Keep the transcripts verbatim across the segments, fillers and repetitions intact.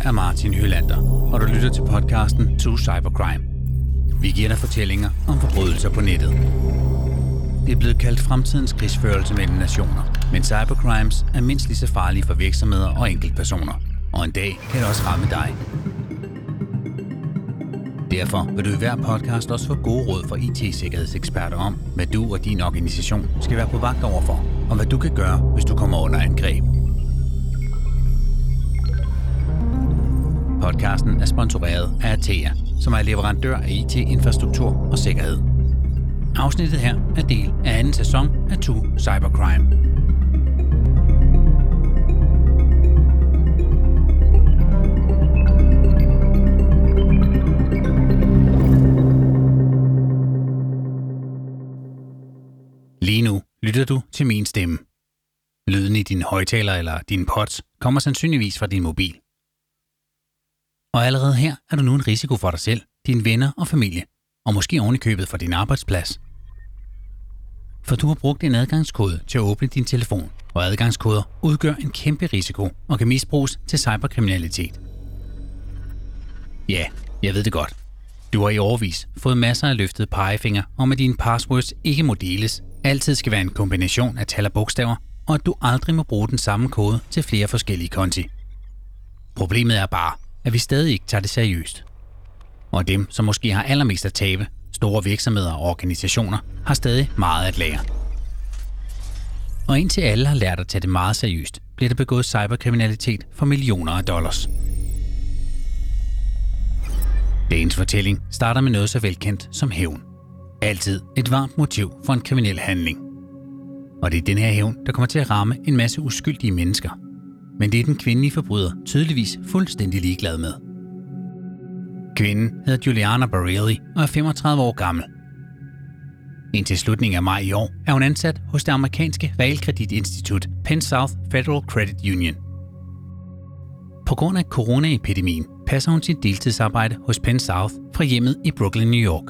er Martin Hylander, og du lytter til podcasten To Cybercrime. Vi giver dig fortællinger om forbrydelser på nettet. Det er blevet kaldt fremtidens krigsførelse mellem nationer, men cybercrimes er mindst lige så farlige for virksomheder og enkeltpersoner, og en dag kan det også ramme dig. Derfor vil du i hver podcast også få gode råd fra I T-sikkerhedseksperter om, hvad du og din organisation skal være på vagt overfor, og hvad du kan gøre, hvis du kommer under angreb. Podcasten er sponsoreret af Atea, som er leverandør af I T-infrastruktur og sikkerhed. Afsnittet her er del af anden sæson af To Cybercrime. Lige nu lytter du til min stemme. Lyden i din højttaler eller din pods kommer sandsynligvis fra din mobil. Og allerede her er du nu en risiko for dig selv, dine venner og familie, og måske ovenikøbet for din arbejdsplads. For du har brugt en adgangskode til at åbne din telefon, og adgangskoder udgør en kæmpe risiko og kan misbruges til cyberkriminalitet. Ja, jeg ved det godt. Du har i årevis fået masser af løftede pegefinger om, at dine passwords ikke må deles, altid skal være en kombination af tal og bogstaver, og at du aldrig må bruge den samme kode til flere forskellige konti. Problemet er bare, at vi stadig ikke tager det seriøst. Og dem, som måske har allermest at tabe, store virksomheder og organisationer, har stadig meget at lære. Og indtil alle har lært at tage det meget seriøst, bliver der begået cyberkriminalitet for millioner af dollars. Dagens fortælling starter med noget så velkendt som hævn. Altid et varmt motiv for en kriminel handling. Og det er den her hævn, der kommer til at ramme en masse uskyldige mennesker. Men det er den kvindelige forbryder tydeligvis fuldstændig ligeglad med. Kvinden hedder Juliana Bareilles og er femogtredive år gammel. Indtil slutningen af maj i år er hun ansat hos det amerikanske realkreditinstitut PenSouth Federal Credit Union. På grund af coronaepidemien passer hun sit deltidsarbejde hos PenSouth fra hjemmet i Brooklyn, New York.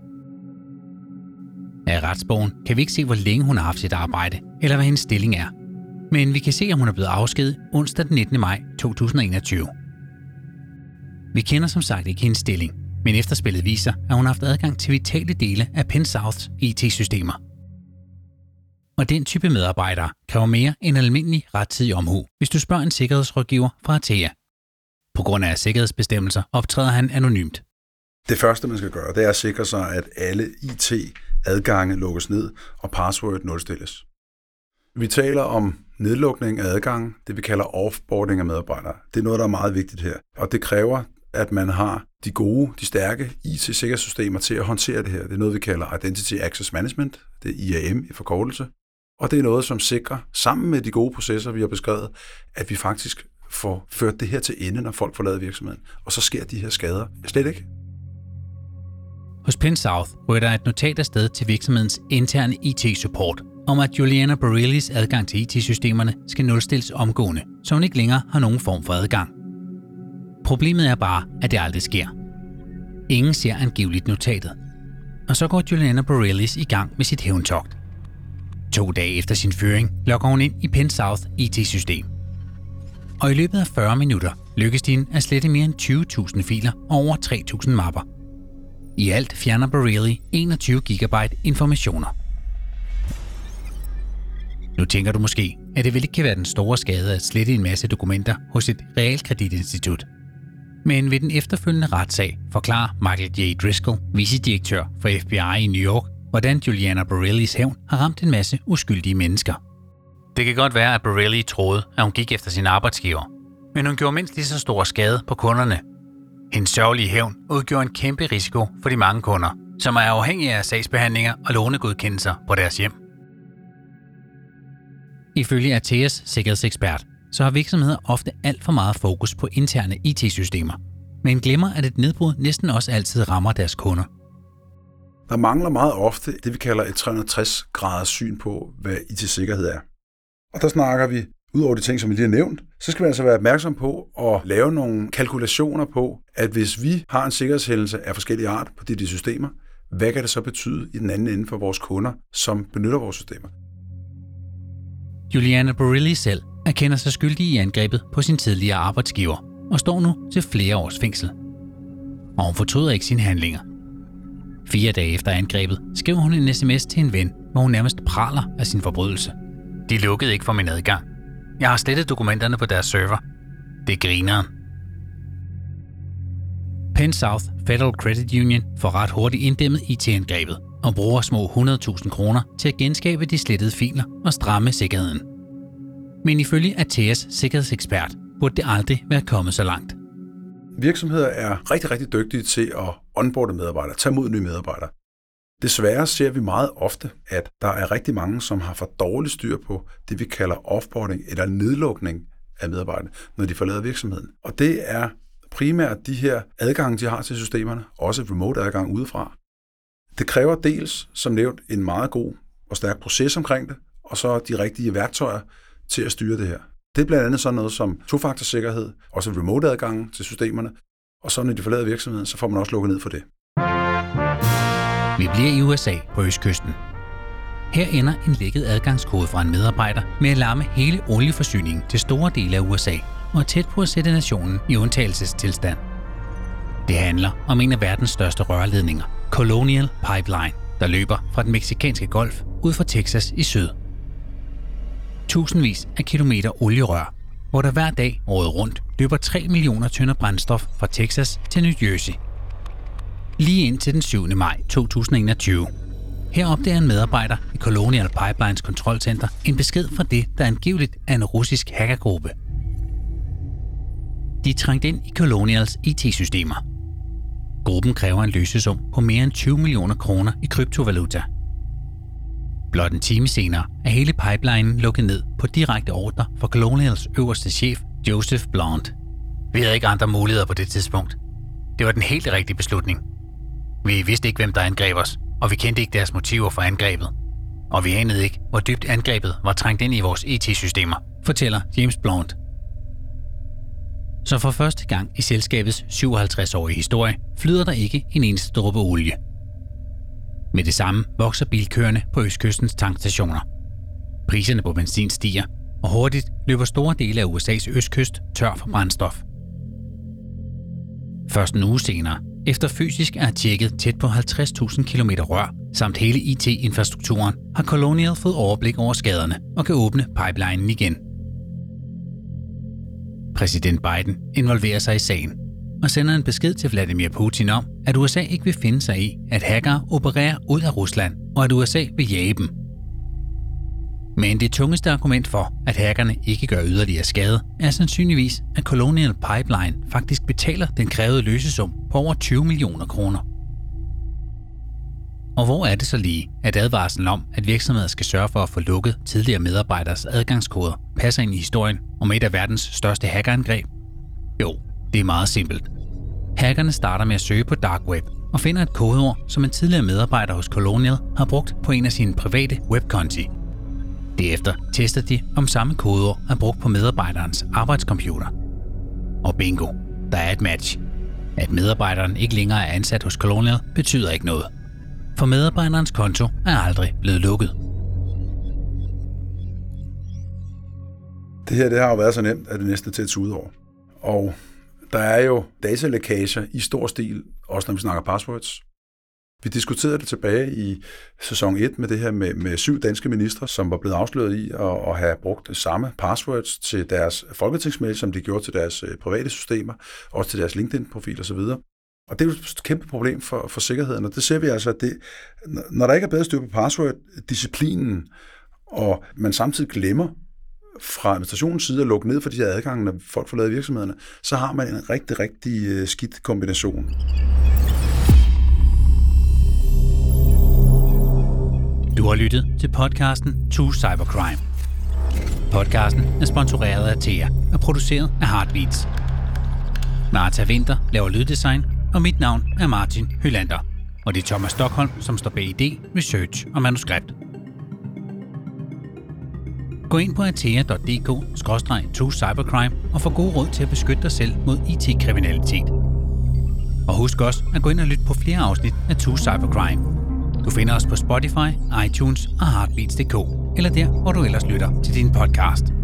Af retsbogen kan vi ikke se, hvor længe hun har haft sit arbejde, eller hvad hendes stilling er. Men vi kan se, at hun er blevet afskediget onsdag den nittende maj to tusind og enogtyve. Vi kender som sagt ikke hendes stilling, men efterspillet viser, at hun har haft adgang til vitale dele af PenSouths I T-systemer. Og den type medarbejdere kræver mere end almindelig rettidig omhu, hvis du spørger en sikkerhedsrådgiver fra Atea. På grund af sikkerhedsbestemmelser optræder han anonymt. Det første, man skal gøre, det er at sikre sig, at alle I T-adgange lukkes ned og password nulstilles. Vi taler om nedlukning af adgangen, det vi kalder offboarding af medarbejdere. Det er noget, der er meget vigtigt her, og det kræver, at man har de gode, de stærke I T-sikkerhedssystemer til at håndtere det her. Det er noget, vi kalder Identity Access Management, det er I A M i forkortelse, og det er noget, som sikrer, sammen med de gode processer, vi har beskrevet, at vi faktisk får ført det her til ende, når folk forlader virksomheden, og så sker de her skader slet ikke. Hos PenSouth rykker der et notat afsted til virksomhedens interne I T-support, om at Juliana Bareilles adgang til I T-systemerne skal nulstilles omgående, så hun ikke længere har nogen form for adgang. Problemet er bare, at det aldrig sker. Ingen ser angiveligt notatet. Og så går Juliana Bareilles i gang med sit hævntogt. To dage efter sin fyring logger hun ind i PenSouth I T-system. Og i løbet af fyrre minutter lykkes de hende at slette mere end tyve tusind filer og over tre tusind mapper. I alt fjerner Bareilles enogtyve gigabyte informationer. Nu tænker du måske, at det vel ikke kan være den store skade at slette en masse dokumenter hos et realkreditinstitut. Men ved den efterfølgende retssag forklarer Michael J. Driscoll, vicedirektør for F B I i New York, hvordan Juliana Bareilles hævn har ramt en masse uskyldige mennesker. Det kan godt være, at Bareilles troede, at hun gik efter sin arbejdsgiver, men hun gjorde mindst lige så stor skade på kunderne. Hendes sørgelige hævn udgjorde en kæmpe risiko for de mange kunder, som er afhængige af sagsbehandlinger og lånegodkendelser på deres hjem. Ifølge Ateas sikkerhedsekspert, så har virksomheder ofte alt for meget fokus på interne I T-systemer, men glemmer, at et nedbrud næsten også altid rammer deres kunder. Der mangler meget ofte det, vi kalder et tre hundrede og tres graders syn på, hvad I T-sikkerhed er. Og der snakker vi, ud over de ting, som vi lige har nævnt, så skal vi altså være opmærksom på at lave nogle kalkulationer på, at hvis vi har en sikkerhedshændelse af forskellige art på de, de systemer, hvad kan det så betyde i den anden ende for vores kunder, som benytter vores systemer? Juliana Bareilles selv erkender sig skyldig i angrebet på sin tidligere arbejdsgiver, og står nu til flere års fængsel. Og hun fortryder ikke sine handlinger. Fire dage efter angrebet skriver hun en sms til en ven, hvor hun nærmest praler af sin forbrydelse. De lukkede ikke for min adgang. Jeg har slettet dokumenterne på deres server. Det er grineren. Penn South Federal Credit Union får ret hurtigt inddæmmet I T-angrebet og bruger små hundrede tusind kroner til at genskabe de slettede filer og stramme sikkerheden. Men ifølge Ateas sikkerhedsekspert burde det aldrig være kommet så langt. Virksomheder er rigtig, rigtig dygtige til at onboarde medarbejdere, tage mod nye medarbejdere. Desværre ser vi meget ofte, at der er rigtig mange, som har for dårligt styr på det, vi kalder offboarding eller nedlukning af medarbejdere, når de forlader virksomheden. Og det er primært de her adgange, de har til systemerne, også remote adgang udefra. Det kræver dels, som nævnt, en meget god og stærk proces omkring det, og så de rigtige værktøjer til at styre det her. Det er blandt andet sådan noget som tofaktorsikkerhed, også remote adgang til systemerne, og så når de forlader virksomheden, så får man også lukket ned for det. Vi bliver i U S A på østkysten. Her ender en lækket adgangskode fra en medarbejder med at lamme hele olieforsyningen til store dele af U S A og er tæt på at sætte nationen i undtagelsestilstand. Det handler om en af verdens største rørledninger, Colonial Pipeline, der løber fra den mexikanske golf ud fra Texas i syd. Tusindvis af kilometer olierør, hvor der hver dag året rundt løber tre millioner tønder brændstof fra Texas til New Jersey. Lige indtil den syvende maj to tusind og enogtyve. Her opdager en medarbejder i Colonial Pipelines kontrolcenter en besked fra det, der angiveligt er en russisk hackergruppe. De er trængt ind i Colonials I T-systemer. Gruppen kræver en løsesum på mere end tyve millioner kroner i kryptovaluta. Blot en time senere er hele pipelinen lukket ned på direkte ordre fra Colonials øverste chef, Joseph Blount. Vi havde ikke andre muligheder på det tidspunkt. Det var den helt rigtige beslutning. Vi vidste ikke, hvem der angreb os, og vi kendte ikke deres motiver for angrebet. Og vi anede ikke, hvor dybt angrebet var trængt ind i vores I T-systemer, fortæller James Blount. Så for første gang i selskabets syvoghalvtreds-årige historie flyder der ikke en eneste dråbe olie. Med det samme vokser bilkøerne på østkystens tankstationer. Priserne på benzin stiger, og hurtigt løber store dele af U S A's østkyst tør for brændstof. Først en uge senere, efter fysisk at have tjekket tæt på halvtreds tusind kilometer rør samt hele I T-infrastrukturen, har Colonial fået overblik over skaderne og kan åbne pipelinen igen. Præsident Biden involverer sig i sagen og sender en besked til Vladimir Putin om, at U S A ikke vil finde sig i, at hackere opererer ud af Rusland, og at U S A vil jage dem. Men det tungeste argument for, at hackerne ikke gør yderligere skade, er sandsynligvis, at Colonial Pipeline faktisk betaler den krævede løsesum på over tyve millioner kroner. Og hvor er det så lige, at advarslen om, at virksomheder skal sørge for at få lukket tidligere medarbejderes adgangskoder, passer ind i historien om et af verdens største hackerangreb? Jo, det er meget simpelt. Hackerne starter med at søge på Dark Web og finder et kodeord, som en tidligere medarbejder hos Colonial har brugt på en af sine private webkonti. Derefter tester de, om samme kodeord er brugt på medarbejderens arbejdscomputer. Og bingo, der er et match. At medarbejderen ikke længere er ansat hos Colonial betyder ikke noget. For medarbejderens konto er aldrig blevet lukket. Det her det har jo været så nemt, at det næste til et tude over. Og der er jo datalækager i stor stil, også når vi snakker passwords. Vi diskuterede det tilbage i sæson et med det her med, med syv danske ministre, som var blevet afsløret i at, at have brugt samme passwords til deres folketingsmail, som de gjorde til deres private systemer, også til deres LinkedIn-profil osv. Og det er jo et kæmpe problem for, for sikkerheden, og det ser vi altså, at det, når der ikke er bedre styr på password-disciplinen, og man samtidig glemmer fra administrationens side at lukke ned for de her adgange, når folk forlader virksomhederne, så har man en rigtig, rigtig skidt kombination. Du har lyttet til podcasten To Cybercrime. Podcasten er sponsoreret af Atea og produceret af Heartbeats. Martha Winter laver lyddesign, og mit navn er Martin Hylander. Og det er Thomas Stockholm, som står bag idé, research og manuskript. Gå ind på atea punktum d k skråstreg to cybercrime og få gode råd til at beskytte dig selv mod I T-kriminalitet. Og husk også at gå ind og lytte på flere afsnit af To Cybercrime. Du finder os på Spotify, iTunes og Heartbeats punktum d k, eller der, hvor du ellers lytter til din podcast.